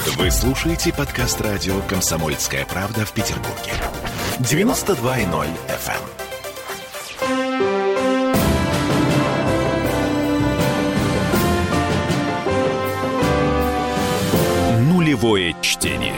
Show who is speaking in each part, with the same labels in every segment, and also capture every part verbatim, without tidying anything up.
Speaker 1: Вы слушаете подкаст радио «Комсомольская правда» в Петербурге. девяносто два и ноль эф эм. Нулевое чтение.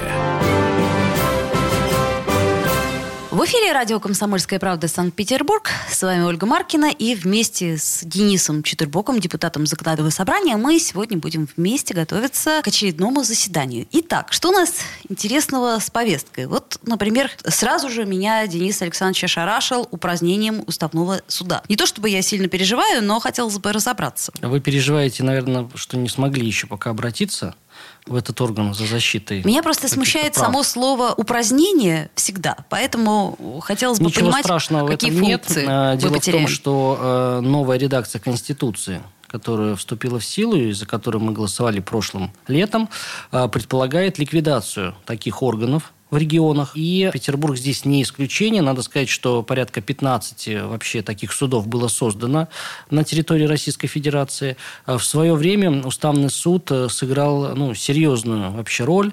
Speaker 2: В эфире радио «Комсомольская правда» Санкт-Петербург. С вами Ольга Маркина. И вместе с Денисом Четырбоком, депутатом Законодательного собрания, мы сегодня будем вместе готовиться к очередному заседанию. Итак, что у нас интересного с повесткой? Вот, например, сразу же меня Денис Александрович ошарашил упразднением уставного суда. Не то чтобы я сильно переживаю, но хотелось бы разобраться.
Speaker 3: Вы переживаете, наверное, что не смогли еще пока обратиться в этот орган за защитой.
Speaker 2: Меня просто смущает прав. само слово «упразднение» всегда. Поэтому хотелось бы
Speaker 3: Ничего
Speaker 2: понимать,
Speaker 3: страшного
Speaker 2: какие
Speaker 3: в этом
Speaker 2: функции
Speaker 3: нет. Дело
Speaker 2: мы потеряем.
Speaker 3: в том, что э, новая редакция Конституции, которая вступила в силу и за которую мы голосовали прошлым летом, э, предполагает ликвидацию таких органов в регионах. И Петербург здесь не исключение. Надо сказать, что порядка пятнадцати вообще таких судов было создано на территории Российской Федерации. В свое время Уставный суд сыграл ну, серьезную вообще роль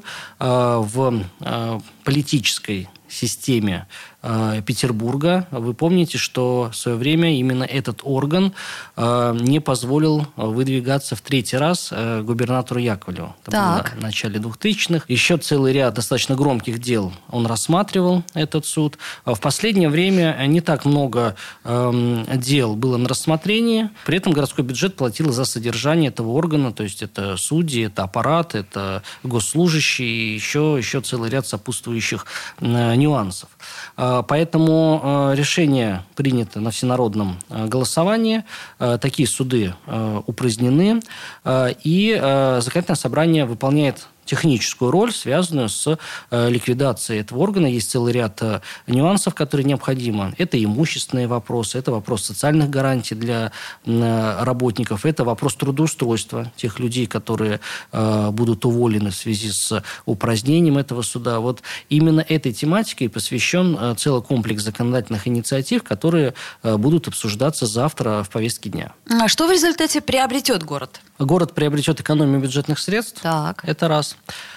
Speaker 3: в политической системе э, Петербурга. Вы помните, что в свое время именно этот орган э, не позволил выдвигаться в третий раз э, губернатору Яковлеву. Это было в начале двухтысячных. Еще целый ряд достаточно громких дел он рассматривал, этот суд. В последнее время не так много э, дел было на рассмотрении. При этом городской бюджет платил за содержание этого органа. То есть это судьи, это аппарат, это госслужащие, еще, еще целый ряд сопутствующих э, нюансов. Поэтому решение принято на всенародном голосовании. Такие суды упразднены. И законодательное собрание выполняет техническую роль, связанную с э, ликвидацией этого органа. Есть целый ряд э, нюансов, которые необходимы. Это имущественные вопросы, это вопрос социальных гарантий для э, работников, это вопрос трудоустройства тех людей, которые э, будут уволены в связи с упразднением этого суда. Вот именно этой тематикой посвящен э, целый комплекс законодательных инициатив, которые э, будут обсуждаться завтра в повестке дня.
Speaker 2: А что в результате приобретет город?
Speaker 3: Город приобретет экономию бюджетных средств.
Speaker 2: Так.
Speaker 3: Это раз.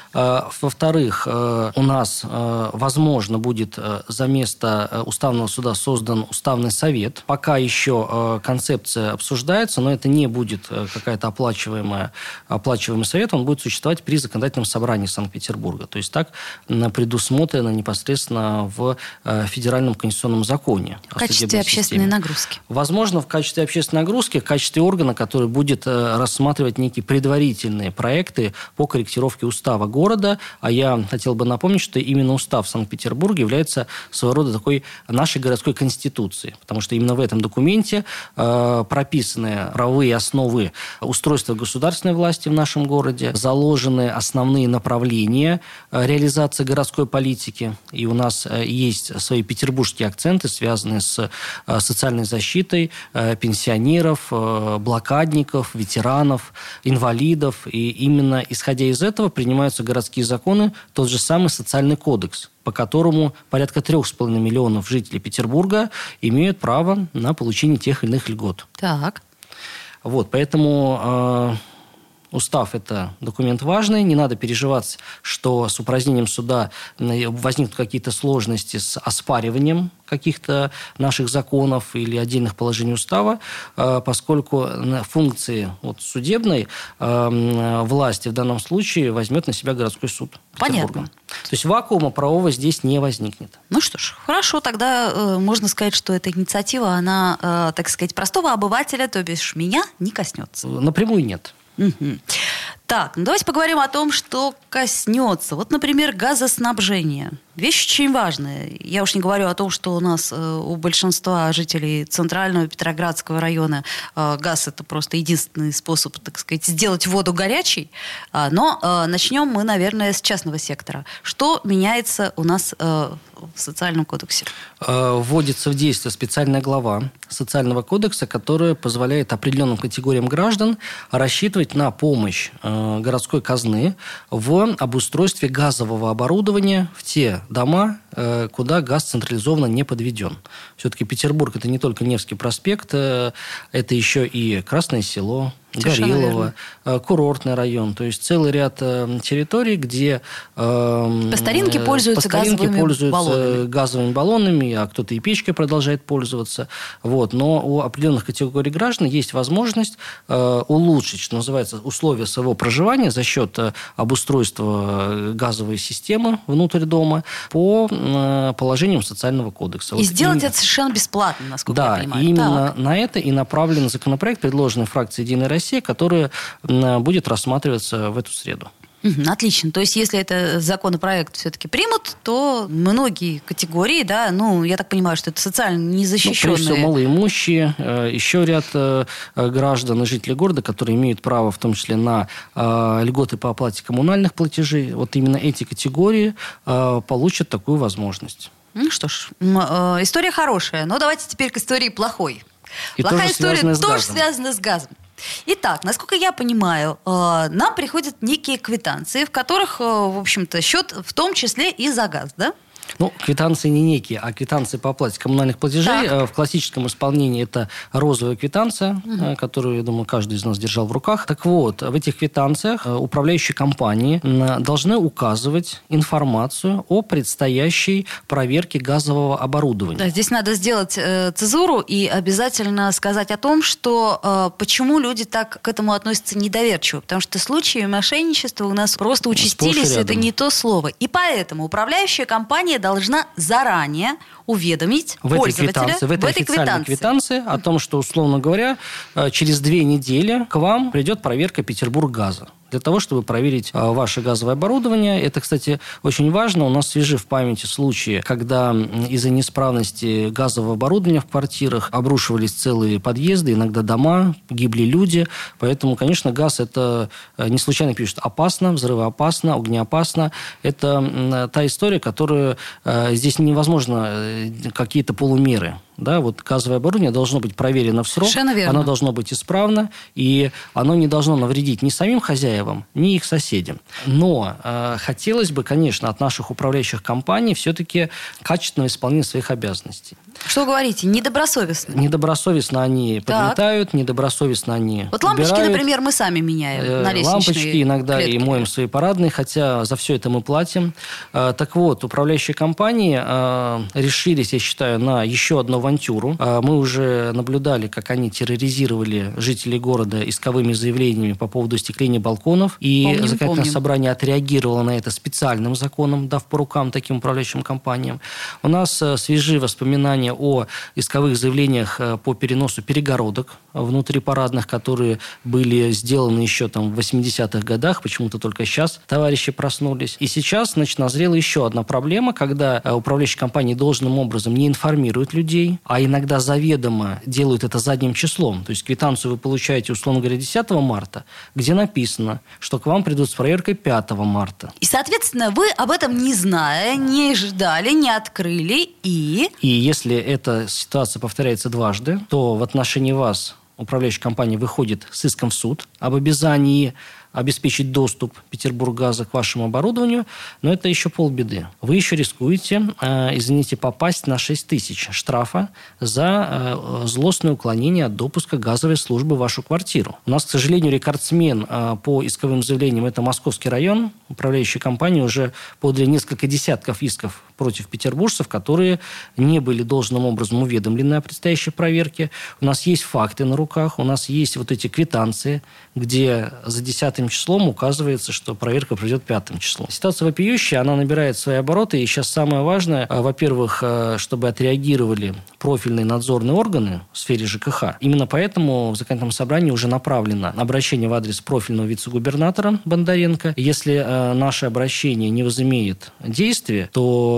Speaker 3: Во-вторых, у нас, возможно, будет за место Уставного суда создан Уставный совет. Пока еще концепция обсуждается, но это не будет какая-то оплачиваемая, оплачиваемый совет, он будет существовать при законодательном собрании Санкт-Петербурга. То есть так предусмотрено непосредственно в федеральном конституционном законе.
Speaker 2: В качестве общественной нагрузки.
Speaker 3: Возможно, в качестве общественной нагрузки, в качестве органа, который будет рассматривать некие предварительные проекты по корректировке устава города. города, а я хотел бы напомнить, что именно устав Санкт-Петербурга является своего рода такой нашей городской конституцией, потому что именно в этом документе э, прописаны правовые основы устройства государственной власти в нашем городе, заложены основные направления э, реализации городской политики, и у нас э, есть свои петербургские акценты, связанные с э, социальной защитой э, пенсионеров, э, блокадников, ветеранов, инвалидов, и именно исходя из этого принимаются городские законы, тот же самый социальный кодекс, по которому порядка трех с половиной миллионов жителей Петербурга имеют право на получение тех или иных льгот.
Speaker 2: Так.
Speaker 3: Вот, поэтому э, устав – это документ важный. Не надо переживать, что с упразднением суда возникнут какие-то сложности с оспариванием каких-то наших законов или отдельных положений устава, поскольку функции вот, судебной э, власти в данном случае возьмет на себя городской суд Петербурга.
Speaker 2: Понятно.
Speaker 3: То есть вакуума правового здесь не возникнет.
Speaker 2: Ну что ж, хорошо, тогда э, можно сказать, что эта инициатива, она, э, так сказать, простого обывателя, то бишь меня, не коснется.
Speaker 3: Напрямую нет.
Speaker 2: Угу. Так, ну давайте поговорим о том, что коснется. Вот, например, газоснабжение. Вещь очень важная. Я уж не говорю о том, что у нас э, у большинства жителей Центрального Петроградского района э, газ – это просто единственный способ, так сказать, сделать воду горячей. А, но э, начнем мы, наверное, с частного сектора. Что меняется у нас э, в социальном кодексе?
Speaker 3: Вводится в действие специальная глава социального кодекса, которая позволяет определенным категориям граждан рассчитывать на помощь э, городской казны в обустройстве газового оборудования в те дома, э, куда газ централизованно не подведен. Все-таки Петербург – это не только Невский проспект, э, это еще и Красное Село, Горелого, верно. Курортный район. То есть целый ряд территорий, где
Speaker 2: по старинке пользуются,
Speaker 3: по старинке
Speaker 2: газовыми,
Speaker 3: пользуются
Speaker 2: баллонами.
Speaker 3: газовыми баллонами, а кто-то и печкой продолжает пользоваться. Вот. Но у определенных категорий граждан есть возможность улучшить, что называется, условия своего проживания за счет обустройства газовой системы внутрь дома по положениям социального кодекса.
Speaker 2: И
Speaker 3: вот
Speaker 2: сделать
Speaker 3: именно...
Speaker 2: это совершенно бесплатно, насколько
Speaker 3: да,
Speaker 2: я понимаю.
Speaker 3: Да, именно
Speaker 2: так.
Speaker 3: на это и направлен законопроект, предложенный фракцией «Единая Россия», который будет рассматриваться в эту среду.
Speaker 2: Отлично. То есть, если это законопроект все-таки примут, то многие категории, да, ну, я так понимаю, что это социально незащищенные.
Speaker 3: Ну, прежде всего, малоимущие, еще ряд граждан и жителей города, которые имеют право, в том числе, на льготы по оплате коммунальных платежей. Вот именно эти категории получат такую возможность.
Speaker 2: Ну что ж, история хорошая, но давайте теперь к истории плохой.
Speaker 3: И
Speaker 2: Плохая
Speaker 3: тоже
Speaker 2: история
Speaker 3: связанная с
Speaker 2: тоже
Speaker 3: газом.
Speaker 2: связана с газом. Итак, насколько я понимаю, нам приходят некие квитанции, в которых, в общем-то, счет в том числе и за газ, да?
Speaker 3: Ну, квитанции не некие, а квитанции по оплате коммунальных платежей. Так. В классическом исполнении это розовая квитанция, угу. которую, я думаю, каждый из нас держал в руках. Так вот, в этих квитанциях управляющие компании должны указывать информацию о предстоящей проверке газового оборудования.
Speaker 2: Да, здесь надо сделать э, цезуру и обязательно сказать о том, что э, почему люди так к этому относятся недоверчиво. Потому что случаи мошенничества у нас просто участились, это не то слово. И поэтому управляющая компания должна заранее уведомить
Speaker 3: в
Speaker 2: пользователя
Speaker 3: этой квитанции, в этой,
Speaker 2: в этой
Speaker 3: официальной
Speaker 2: квитанции.
Speaker 3: квитанции о том, что, условно говоря, через две недели к вам придет проверка Петербурггаза. Для того, чтобы проверить ваше газовое оборудование. Это, кстати, очень важно. У нас свежи в памяти случаи, когда из-за неисправности газового оборудования в квартирах обрушивались целые подъезды, иногда дома, гибли люди. Поэтому, конечно, газ – это, не случайно пишут, опасно, взрывоопасно, огнеопасно. Это та история, которую здесь невозможно какие-то полумеры. Да, вот газовое оборудование должно быть проверено в срок, оно должно быть исправно, и оно не должно навредить ни самим хозяевам, ни их соседям. Но э, хотелось бы, конечно, от наших управляющих компаний все-таки качественного исполнения своих обязанностей.
Speaker 2: Что вы говорите? Недобросовестно?
Speaker 3: Недобросовестно они так. подметают, недобросовестно они
Speaker 2: Вот лампочки,
Speaker 3: убирают.
Speaker 2: например, мы сами меняем э, на лестничные
Speaker 3: Лампочки иногда
Speaker 2: клетки.
Speaker 3: И моем свои парадные, хотя за все это мы платим. Э, так вот, управляющие компании э, решились, я считаю, на еще одну авантюру. Э, мы уже наблюдали, как они терроризировали жителей города исковыми заявлениями по поводу остекления балконов. И
Speaker 2: помним,
Speaker 3: законодательное
Speaker 2: помним.
Speaker 3: собрание отреагировало на это специальным законом, дав по рукам таким управляющим компаниям. У нас э, свежи воспоминания о исковых заявлениях по переносу перегородок внутрипарадных, которые были сделаны еще там в восьмидесятых годах, почему-то только сейчас товарищи проснулись. И сейчас, значит, назрела еще одна проблема, когда управляющие компании должным образом не информируют людей, а иногда заведомо делают это задним числом. То есть квитанцию вы получаете, условно говоря, десятого марта, где написано, что к вам придут с проверкой пятого марта.
Speaker 2: И, соответственно, вы об этом не зная, не ждали, не открыли и...
Speaker 3: И если эта ситуация повторяется дважды, то в отношении вас управляющая компания выходит с иском в суд об обязании обеспечить доступ Петербурггаза к вашему оборудованию, но это еще полбеды. Вы еще рискуете, э, извините, попасть на шесть тысяч штрафа за э, злостное уклонение от допуска газовой службы в вашу квартиру. У нас, к сожалению, рекордсмен э, по исковым заявлениям – это Московский район. Управляющие компании уже подали несколько десятков исков против петербуржцев, которые не были должным образом уведомлены о предстоящей проверке. У нас есть факты на руках, у нас есть вот эти квитанции, где за десятым числом указывается, что проверка пройдет пятым числом. Ситуация вопиющая, она набирает свои обороты, и сейчас самое важное, во-первых, чтобы отреагировали профильные надзорные органы в сфере ЖКХ. Именно поэтому в законодательном собрании уже направлено обращение в адрес профильного вице-губернатора Бондаренко. Если наше обращение не возымеет действия,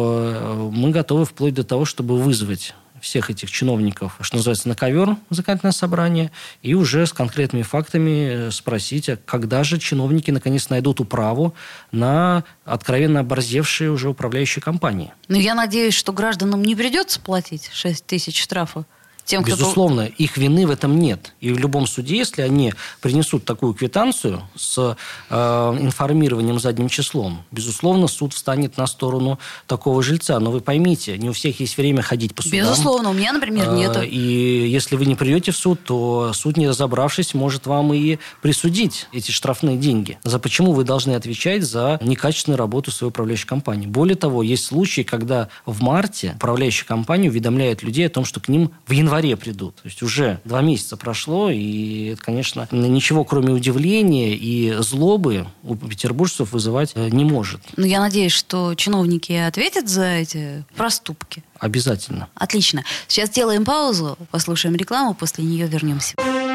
Speaker 3: то мы готовы вплоть до того, чтобы вызвать всех этих чиновников, что называется, на ковер законодательное собрание, и уже с конкретными фактами спросить, а когда же чиновники наконец найдут управу на откровенно оборзевшие уже управляющие компании.
Speaker 2: Ну, я надеюсь, что гражданам не придется платить шесть тысяч штрафа. тем, кто...
Speaker 3: Безусловно, их вины в этом нет. И в любом суде, если они принесут такую квитанцию с э, информированием задним числом, безусловно, суд встанет на сторону такого жильца. Но вы поймите, не у всех есть время ходить по судам.
Speaker 2: Безусловно, у меня, например, нету.
Speaker 3: И если вы не придете в суд, то суд, не разобравшись, может вам и присудить эти штрафные деньги. За почему вы должны отвечать за некачественную работу своей управляющей компании. Более того, есть случаи, когда в марте управляющая компания уведомляет людей о том, что к ним в январе придут. То есть уже два месяца прошло, и это, конечно, ничего, кроме удивления и злобы у петербуржцев вызывать не может.
Speaker 2: Ну, я надеюсь, что чиновники ответят за эти проступки.
Speaker 3: Обязательно.
Speaker 2: Отлично. Сейчас делаем паузу, послушаем рекламу, после нее вернемся.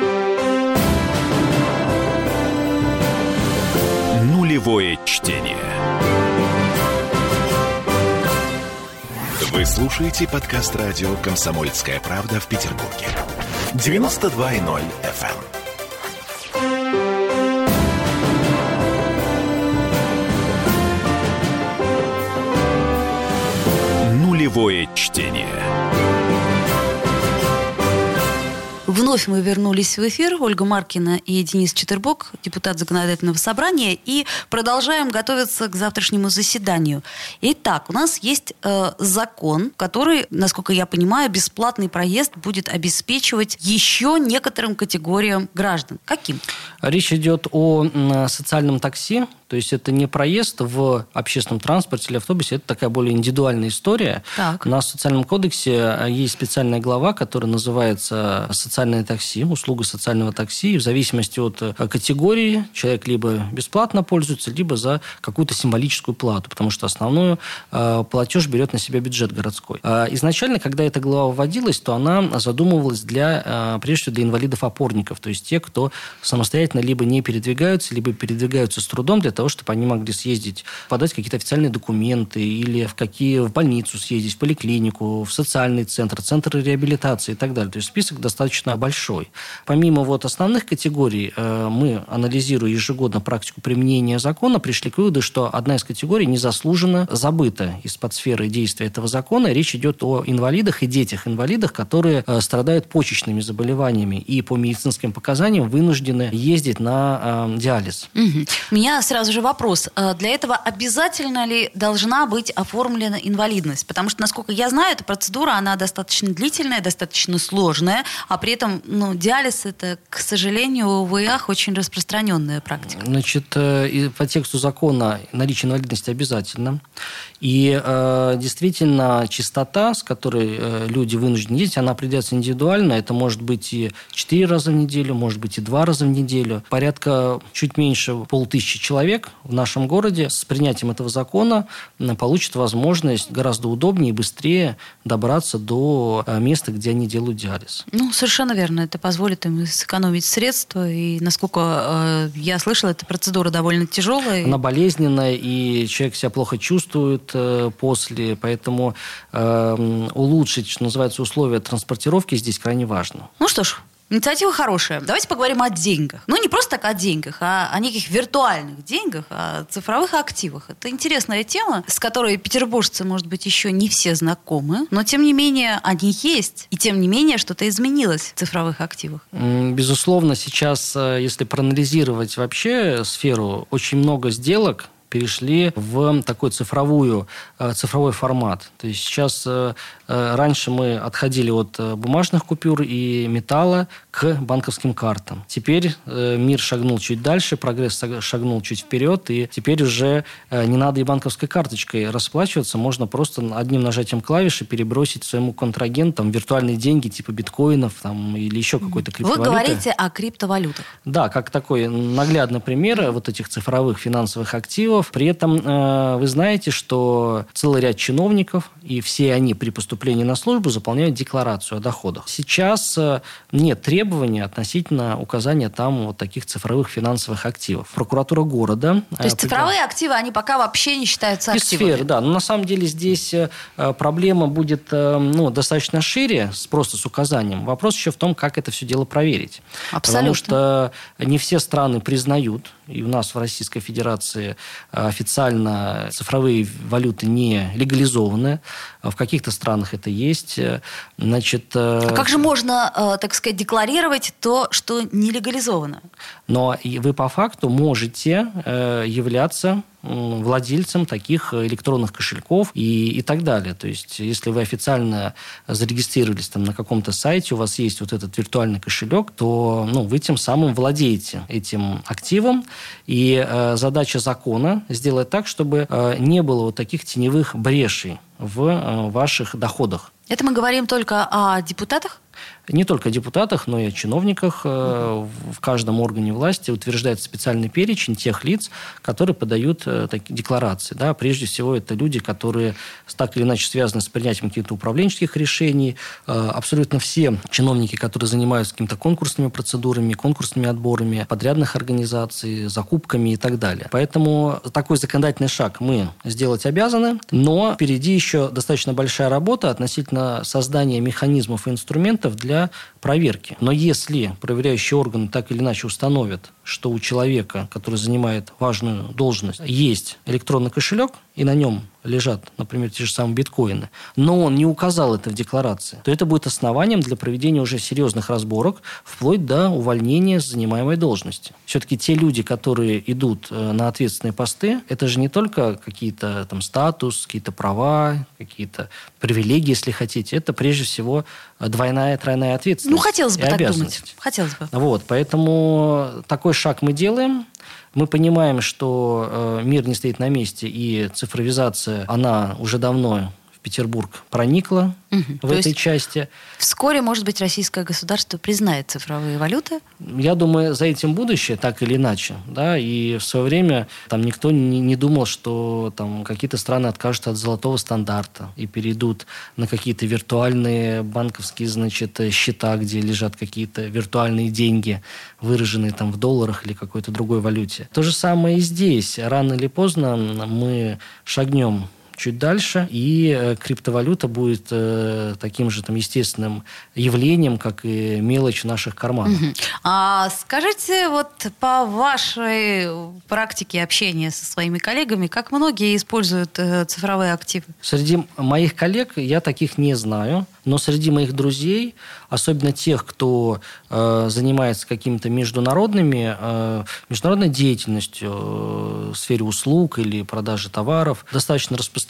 Speaker 1: Нулевое чтение. Вы слушаете подкаст радио «Комсомольская правда» в Петербурге. девяносто два и ноль эф эм. Нулевое чтение.
Speaker 2: Вновь мы вернулись в эфир. Ольга Маркина и Денис Четербок, депутат Законодательного собрания, и продолжаем готовиться к завтрашнему заседанию. Итак, у нас есть э, закон, который, насколько я понимаю, бесплатный проезд будет обеспечивать еще некоторым категориям граждан. Каким?
Speaker 3: Речь идет о социальном такси. То есть это не проезд в общественном транспорте или автобусе, это такая более индивидуальная история.
Speaker 2: Так.
Speaker 3: У нас в Социальном кодексе есть специальная глава, которая называется «Социальное такси», услуга социального такси. И в зависимости от категории человек либо бесплатно пользуется, либо за какую-то символическую плату, потому что основную платеж берет на себя бюджет городской. Изначально, когда эта глава вводилась, то она задумывалась для, прежде всего, для инвалидов-опорников, то есть тех, кто самостоятельно либо не передвигаются, либо передвигаются с трудом, для того, чтобы они могли съездить, подать какие-то официальные документы или в, какие, в больницу съездить, в поликлинику, в социальный центр, центр реабилитации и так далее. То есть список достаточно большой. Помимо вот основных категорий, мы, анализируя ежегодно практику применения закона, пришли к выводу, что одна из категорий незаслуженно забыта из-под сферы действия этого закона. Речь идет о инвалидах и детях-инвалидах, которые страдают почечными заболеваниями и по медицинским показаниям вынуждены ездить на э, диализ.
Speaker 2: Угу. У меня сразу же вопрос. Для этого обязательно ли должна быть оформлена инвалидность? Потому что, насколько я знаю, эта процедура, она достаточно длительная, достаточно сложная, а при этом, ну, диализ – это, к сожалению, увы, ах, очень распространенная практика.
Speaker 3: Значит, по тексту закона наличие инвалидности обязательно. И э, действительно, частота, с которой э, люди вынуждены ездить, она определяется индивидуально. Это может быть и четыре раза в неделю, может быть и два раза в неделю. Порядка чуть меньше полтысячи человек в нашем городе с принятием этого закона получат возможность гораздо удобнее и быстрее добраться до места, где они делают диализ.
Speaker 2: Ну, совершенно верно. Это позволит им сэкономить средства. И, насколько э, я слышала, эта процедура довольно тяжелая.
Speaker 3: Она болезненная, и человек себя плохо чувствует э, после. Поэтому э, улучшить, что называется, условия транспортировки здесь крайне важно.
Speaker 2: Ну что ж, инициатива хорошая. Давайте поговорим о деньгах. Ну, не просто так о деньгах, а о неких виртуальных деньгах, о цифровых активах. Это интересная тема, с которой петербуржцы, может быть, еще не все знакомы, но, тем не менее, они есть. И, тем не менее, что-то изменилось в цифровых активах.
Speaker 3: Безусловно, сейчас, если проанализировать вообще сферу, очень много сделок перешли в такой цифровую, цифровой формат. То есть сейчас раньше мы отходили от бумажных купюр и металла к банковским картам. Теперь мир шагнул чуть дальше, прогресс шагнул чуть вперед, и теперь уже не надо и банковской карточкой расплачиваться, можно просто одним нажатием клавиши перебросить своему контрагенту там, виртуальные деньги типа биткоинов там, или еще какой-то криптовалюты.
Speaker 2: Вы говорите о криптовалютах.
Speaker 3: Да, как такой наглядный пример вот этих цифровых финансовых активов. При этом э, вы знаете, что целый ряд чиновников, и все они при поступлении на службу заполняют декларацию о доходах. Сейчас э, нет требований относительно указания там вот таких цифровых финансовых активов. Прокуратура города...
Speaker 2: То есть
Speaker 3: э,
Speaker 2: цифровые активы, они пока вообще не считаются активами?
Speaker 3: Сферы, да. Но на самом деле здесь э, проблема будет э, ну, достаточно шире, просто с указанием. Вопрос еще в том, как это все дело проверить.
Speaker 2: Абсолютно.
Speaker 3: Потому что не все страны признают, и у нас в Российской Федерации официально цифровые валюты не легализованы. В каких-то странах это есть. Значит,
Speaker 2: а как же можно, так сказать, декларировать то, что не легализовано?
Speaker 3: Но вы по факту можете являться владельцем таких электронных кошельков и, и так далее. То есть, если вы официально зарегистрировались там, на каком-то сайте, у вас есть вот этот виртуальный кошелек, то ну, вы тем самым владеете этим активом. И э, задача закона сделать так, чтобы э, не было вот таких теневых брешей в э, ваших доходах.
Speaker 2: Это мы говорим только о депутатах?
Speaker 3: Не только о депутатах, но и о чиновниках. В каждом органе власти утверждается специальный перечень тех лиц, которые подают такие декларации. Да, прежде всего, это люди, которые так или иначе связаны с принятием каких-то управленческих решений. Абсолютно все чиновники, которые занимаются какими-то конкурсными процедурами, конкурсными отборами, подрядных организаций, закупками и так далее. Поэтому такой законодательный шаг мы сделать обязаны, но впереди еще достаточно большая работа относительно создания механизмов и инструментов для проверки. Но если проверяющие органы так или иначе установят, что у человека, который занимает важную должность, есть электронный кошелек, и на нем лежат, например, те же самые биткоины, но он не указал это в декларации, то это будет основанием для проведения уже серьезных разборок, вплоть до увольнения с занимаемой должности. Все-таки те люди, которые идут на ответственные посты, это же не только какие-то там статус, какие-то права, какие-то привилегии, если хотите. Это прежде всего двойная, тройная ответственность.
Speaker 2: Ну, хотелось бы так думать. Хотелось бы.
Speaker 3: Вот, поэтому такой шаг мы делаем. Мы понимаем, что э, мир не стоит на месте, и цифровизация, она уже давно в Петербург проникла угу. в
Speaker 2: То
Speaker 3: этой
Speaker 2: есть
Speaker 3: части.
Speaker 2: Вскоре, может быть, российское государство признает цифровые валюты?
Speaker 3: Я думаю, за этим будущее, так или иначе. Да? И в свое время там никто не, не думал, что там, какие-то страны откажутся от золотого стандарта и перейдут на какие-то виртуальные банковские, значит, счета, где лежат какие-то виртуальные деньги, выраженные там в долларах или какой-то другой валюте. То же самое и здесь. Рано или поздно мы шагнем чуть дальше, и криптовалюта будет э, таким же там, естественным явлением, как и мелочь в наших карманах.
Speaker 2: Угу. А скажите, вот по вашей практике общения со своими коллегами, как многие используют э, цифровые активы?
Speaker 3: Среди моих коллег я таких не знаю, но среди моих друзей, особенно тех, кто э, занимается какими-то международными, э, международной деятельностью э, в сфере услуг или продажи товаров, достаточно распространено,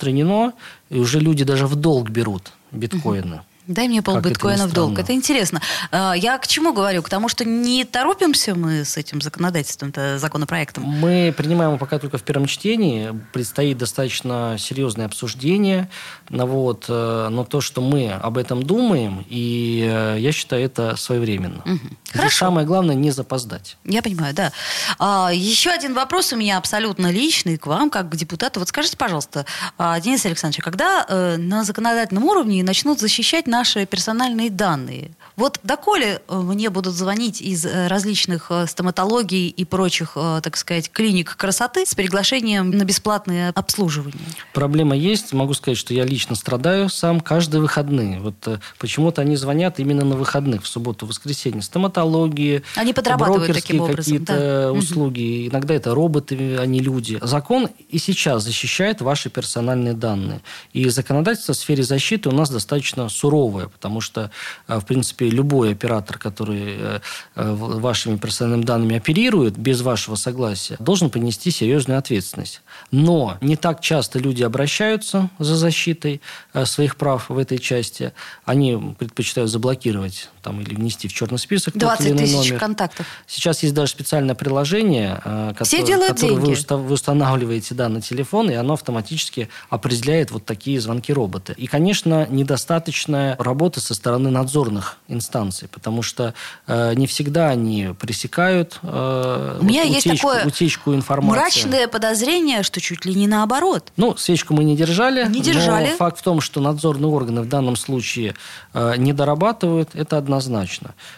Speaker 3: и уже люди даже в долг берут биткоины.
Speaker 2: Дай мне полбиткоина в долг. Это интересно. Я к чему говорю? К тому, что не торопимся мы с этим законодательством, законопроектом.
Speaker 3: Мы принимаем его пока только в первом чтении. Предстоит достаточно серьезное обсуждение. Вот. Но то, что мы об этом думаем, и я считаю, это своевременно. Угу. Здесь самое главное не запоздать.
Speaker 2: Я понимаю, да. А, еще один вопрос у меня абсолютно личный к вам, как к депутату. Вот скажите, пожалуйста, Денис Александрович, когда э, на законодательном уровне начнут защищать наши персональные данные? Вот доколе мне будут звонить из различных стоматологий и прочих, так сказать, клиник красоты с приглашением на бесплатное обслуживание?
Speaker 3: Проблема есть. Могу сказать, что я лично страдаю сам каждые выходные. Вот почему-то они звонят именно на выходных, в субботу, в воскресенье. Стоматологии,
Speaker 2: они подрабатывают таким образом,
Speaker 3: какие-то
Speaker 2: да.
Speaker 3: услуги. Иногда это роботы, а не люди. Закон и сейчас защищает ваши персональные данные. И законодательство в сфере защиты у нас достаточно суровое, потому что, в принципе, любой оператор, который вашими персональными данными оперирует без вашего согласия, должен понести серьезную ответственность. Но не так часто люди обращаются за защитой своих прав в этой части. Они предпочитают заблокировать там, или внести в черный список тот или иной номер.
Speaker 2: Контактов.
Speaker 3: Сейчас есть даже специальное приложение,
Speaker 2: Все
Speaker 3: которое, которое вы,
Speaker 2: деньги.
Speaker 3: вы устанавливаете да, на телефон, и оно автоматически определяет вот такие звонки-роботы. И, конечно, недостаточная работа со стороны надзорных инстанций, потому что э, не всегда они пресекают э,
Speaker 2: У меня
Speaker 3: вот,
Speaker 2: есть
Speaker 3: утечку,
Speaker 2: такое
Speaker 3: утечку информации.
Speaker 2: Мрачное подозрение, что чуть ли не наоборот.
Speaker 3: Ну, свечку мы не держали.
Speaker 2: Не держали.
Speaker 3: Но факт в том, что надзорные органы в данном случае э, не дорабатывают, это однозначно.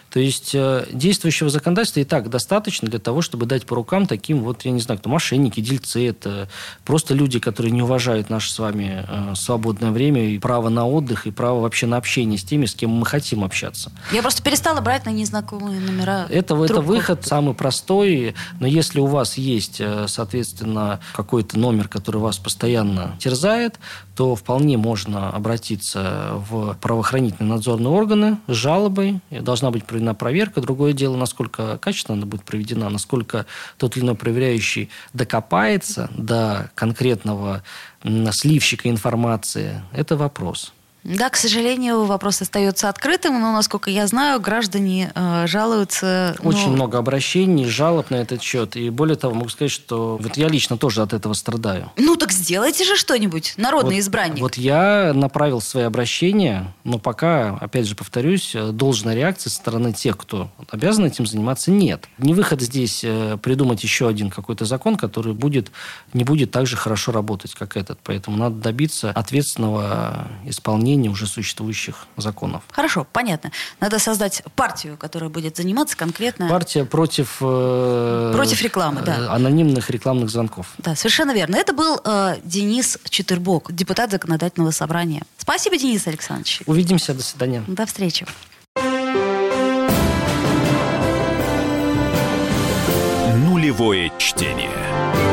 Speaker 3: То есть действующего законодательства и так достаточно для того, чтобы дать по рукам таким вот, я не знаю, кто, мошенники, дельцы, это просто люди, которые не уважают наше с вами свободное время и право на отдых, и право вообще на общение с теми, с кем мы хотим общаться.
Speaker 2: Я просто перестала брать на незнакомые номера
Speaker 3: Это,
Speaker 2: трубку.
Speaker 3: это выход самый простой, но если у вас есть, соответственно, какой-то номер, который вас постоянно терзает, то вполне можно обратиться в правоохранительные надзорные органы с жалобой. Должна быть проведена проверка. Другое дело, насколько качественно она будет проведена, насколько тот или иной проверяющий докопается до конкретного сливщика информации. Это вопрос.
Speaker 2: Да, к сожалению, вопрос остается открытым, но, насколько я знаю, граждане э, жалуются...
Speaker 3: Очень
Speaker 2: ну...
Speaker 3: много обращений, жалоб на этот счет. И более того, могу сказать, что вот я лично тоже от этого страдаю.
Speaker 2: Ну так сделайте же что-нибудь, народный
Speaker 3: вот,
Speaker 2: избранник.
Speaker 3: Вот я направил свои обращения, но пока, опять же повторюсь, должной реакции со стороны тех, кто обязан этим заниматься, нет. Не выход здесь придумать еще один какой-то закон, который будет, не будет так же хорошо работать, как этот. Поэтому надо добиться ответственного исполнения уже существующих законов.
Speaker 2: Хорошо, понятно. Надо создать партию, которая будет заниматься конкретно...
Speaker 3: Партия против... Э,
Speaker 2: против рекламы, да.
Speaker 3: Анонимных рекламных звонков.
Speaker 2: Да, совершенно верно. Это был э, Денис Четырбок, депутат Законодательного собрания. Спасибо, Денис Александрович.
Speaker 3: Увидимся, до свидания.
Speaker 2: До встречи.
Speaker 1: Нулевое чтение.